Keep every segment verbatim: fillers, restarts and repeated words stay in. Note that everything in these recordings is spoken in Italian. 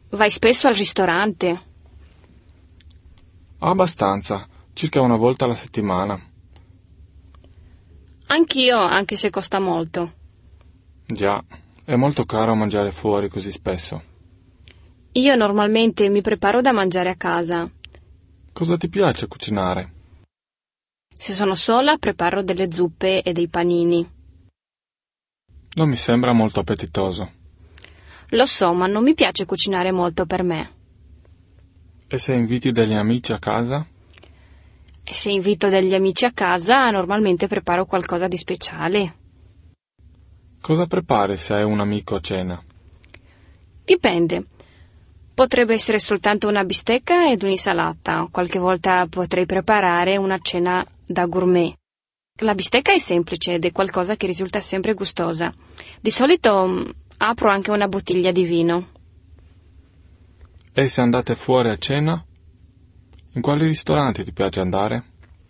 Vai spesso al ristorante? Abbastanza, circa una volta alla settimana. Anch'io, anche se costa molto. Già, è molto caro mangiare fuori così spesso. Io normalmente mi preparo da mangiare a casa. Cosa ti piace cucinare? Se sono sola, preparo delle zuppe e dei panini. Non mi sembra molto appetitoso. Lo so, ma non mi piace cucinare molto per me. E se inviti degli amici a casa? E se invito degli amici a casa, normalmente preparo qualcosa di speciale. Cosa prepari se hai un amico a cena? Dipende. Potrebbe essere soltanto una bistecca ed un'insalata. Qualche volta potrei preparare una cena da gourmet. La bistecca è semplice ed è qualcosa che risulta sempre gustosa. Di solito mh, apro anche una bottiglia di vino. E se andate fuori a cena? In quali ristoranti ti piace andare?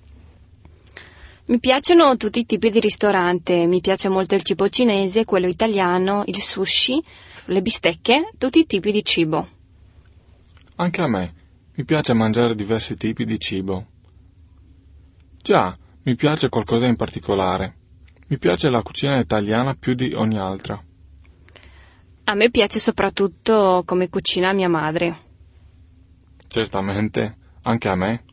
Mi piacciono tutti i tipi di ristorante. Mi piace molto il cibo cinese, quello italiano, il sushi, le bistecche, tutti i tipi di cibo. Anche a me. Mi piace mangiare diversi tipi di cibo. Già, mi piace qualcosa in particolare. Mi piace la cucina italiana più di ogni altra. A me piace soprattutto come cucina mia madre. Certamente, anche a me.